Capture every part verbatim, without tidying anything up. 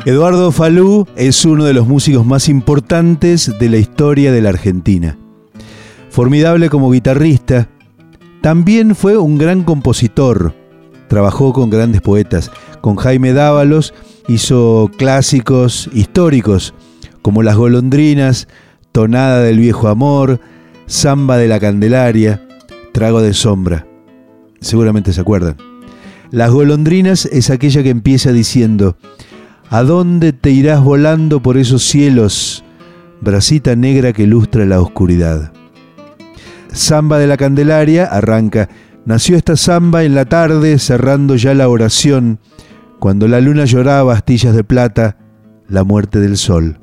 Eduardo Falú es uno de los músicos más importantes de la historia de la Argentina. Formidable como guitarrista, también fue un gran compositor. Trabajó con grandes poetas. Con Jaime Dávalos hizo clásicos históricos como Las golondrinas, Tonada del viejo amor, Samba de la Candelaria, Trago de sombra. Seguramente se acuerdan. Las golondrinas es aquella que empieza diciendo: ¿a dónde te irás volando por esos cielos, bracita negra que lustra la oscuridad? Samba de la Candelaria arranca: nació esta samba en la tarde, cerrando ya la oración, cuando la luna lloraba astillas de plata, la muerte del sol.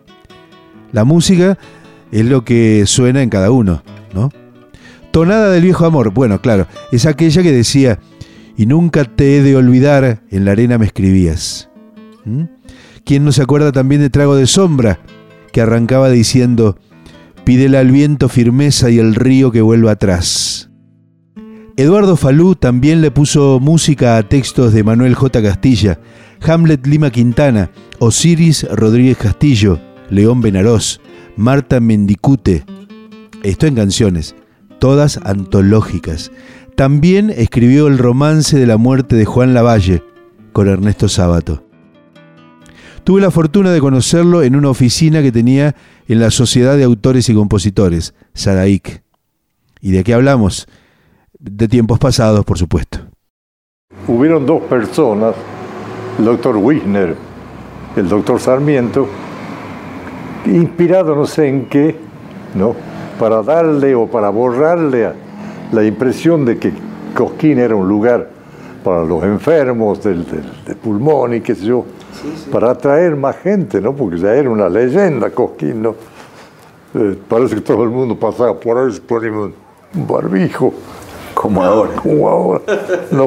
La música es lo que suena en cada uno, ¿no? Tonada del viejo amor, bueno, claro, es aquella que decía: y nunca te he de olvidar, en la arena me escribías. ¿Mm? ¿Quién no se acuerda también de Trago de sombra, que arrancaba diciendo: pídele al viento firmeza y el río que vuelva atrás? Eduardo Falú también le puso música a textos de Manuel J. Castilla, Hamlet Lima Quintana, Osiris Rodríguez Castillo, León Benarós, Marta Mendicute. Esto en canciones, todas antológicas. También escribió el romance de la muerte de Juan Lavalle con Ernesto Sábato. Tuve la fortuna de conocerlo en una oficina que tenía en la Sociedad de Autores y Compositores, SADAIC. ¿Y de qué hablamos? De tiempos pasados, por supuesto. Hubieron dos personas, el doctor Wisner, el doctor Sarmiento, inspirado no sé en qué, ¿no?, para darle o para borrarle a la impresión de que Cosquín era un lugar para los enfermos del, del, del pulmón y qué sé yo, sí, sí, para atraer más gente, ¿no? Porque ya era una leyenda Cosquín, ¿no? Eh, parece que todo el mundo pasaba por ahí, se ponía un barbijo. Como ahora. Como ahora. No.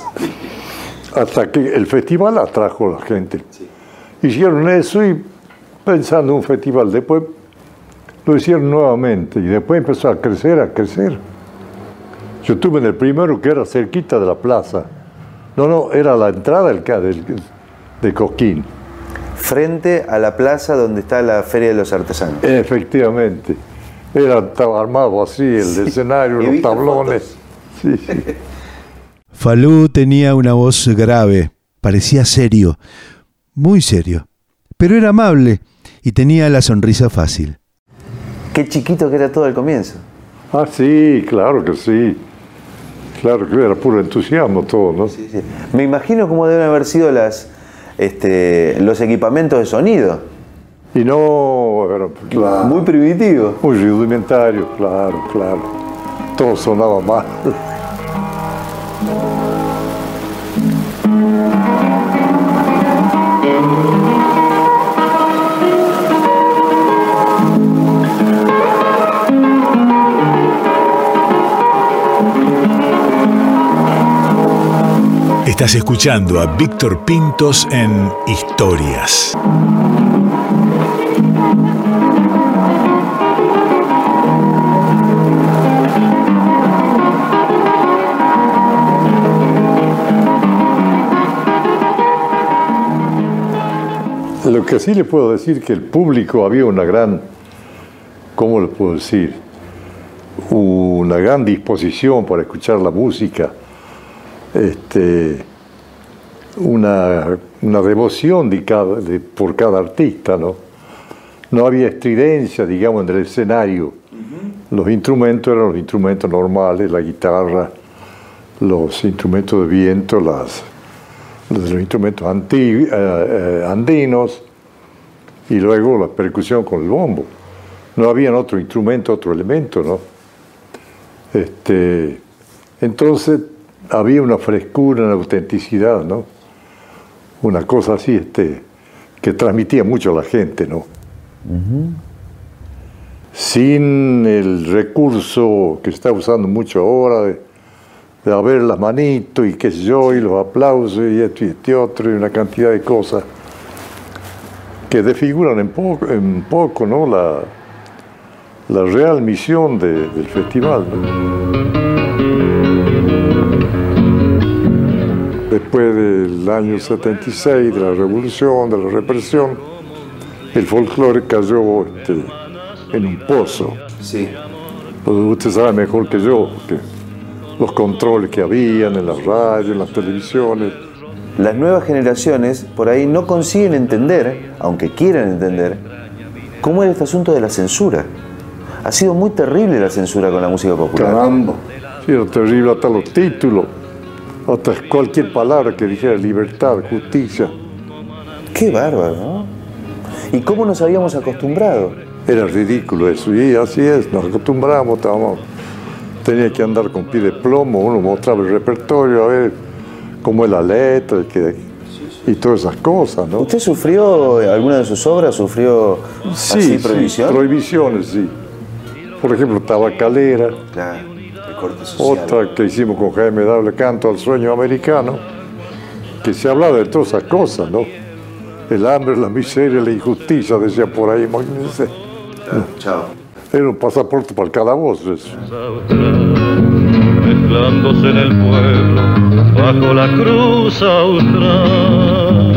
Hasta que el festival atrajo a la gente. Sí. Hicieron eso y pensando en un festival, después lo hicieron nuevamente y después empezó a crecer, a crecer. Yo estuve en el primero que era cerquita de la plaza. No, no, era la entrada del, del, de Cosquín. Frente a la plaza donde está la Feria de los Artesanos. Efectivamente. Era, estaba armado así, el sí. escenario, los tablones. Sí, sí. Falú tenía una voz grave, parecía serio, muy serio, pero era amable y tenía la sonrisa fácil. Qué chiquito que era todo al comienzo. Ah, sí, claro que sí. Claro que era puro entusiasmo todo, ¿no? Sí, sí. Me imagino cómo deben haber sido las, este, los equipamientos de sonido. Y no, era, claro, muy primitivo. Muy rudimentario, claro, claro. Todo sonaba mal. Estás escuchando a Víctor Pintos en Historias. Lo que sí le puedo decir que el público había una gran, ¿cómo le puedo decir? Una gran disposición para escuchar la música. Este, una, una devoción de cada, de, por cada artista, ¿no? No había estridencia, digamos, en el escenario. Uh-huh. Los instrumentos eran los instrumentos normales, la guitarra, los instrumentos de viento, las, los, los instrumentos anti, eh, eh, andinos, y luego la percusión con el bombo. No había otro instrumento, otro elemento, ¿no? Este, entonces, había una frescura, una autenticidad, ¿no? Una cosa así, este, que transmitía mucho a la gente, ¿no? Uh-huh. Sin el recurso que se está usando mucho ahora de, de haber las manitos y qué sé yo, y los aplausos y esto y este otro, y una cantidad de cosas que desfiguran en poco, en poco, ¿no? La, la real misión de, del festival, ¿no? después del año setenta y seis, de la revolución, de la represión, el folclore cayó este, en un pozo. Sí. Pues usted sabe mejor que yo, que los controles que habían en las radios, en las televisiones. Las nuevas generaciones por ahí no consiguen entender, aunque quieran entender, cómo era este asunto de la censura. Ha sido muy terrible la censura con la música popular. Caramba, sí, era terrible hasta los títulos, hasta cualquier palabra que dijera libertad, justicia. Qué bárbaro, ¿no? ¿Y cómo nos habíamos acostumbrado? Era ridículo eso, y así es, nos acostumbramos, estábamos, tenía que andar con pie de plomo, uno mostraba el repertorio, a ver cómo es la letra y, que, y todas esas cosas, ¿no? ¿Usted sufrió, alguna de sus obras, sufrió sí, así prohibición? Sí, prohibiciones, sí. Por ejemplo, Tabacalera, Claro, el corte social. otra que hicimos con Jaime Dable, Canto al Sueño Americano, que se hablaba de todas esas cosas, ¿no? El hambre, la miseria, la injusticia, decía por ahí, imagínense. Claro, chao. Era un pasaporte para el calabozo eso. Mezclándose en el pueblo bajo la cruz austral.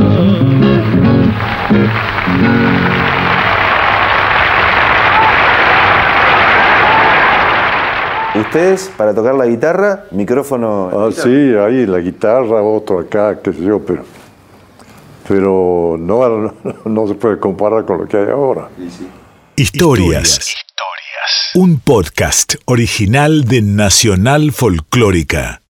Ustedes, para tocar la guitarra, micrófono... Ah, sí, ahí la guitarra, otro acá, qué sé yo, pero, pero no, no, no se puede comparar con lo que hay ahora. Historias. Un podcast original de Nacional Folclórica.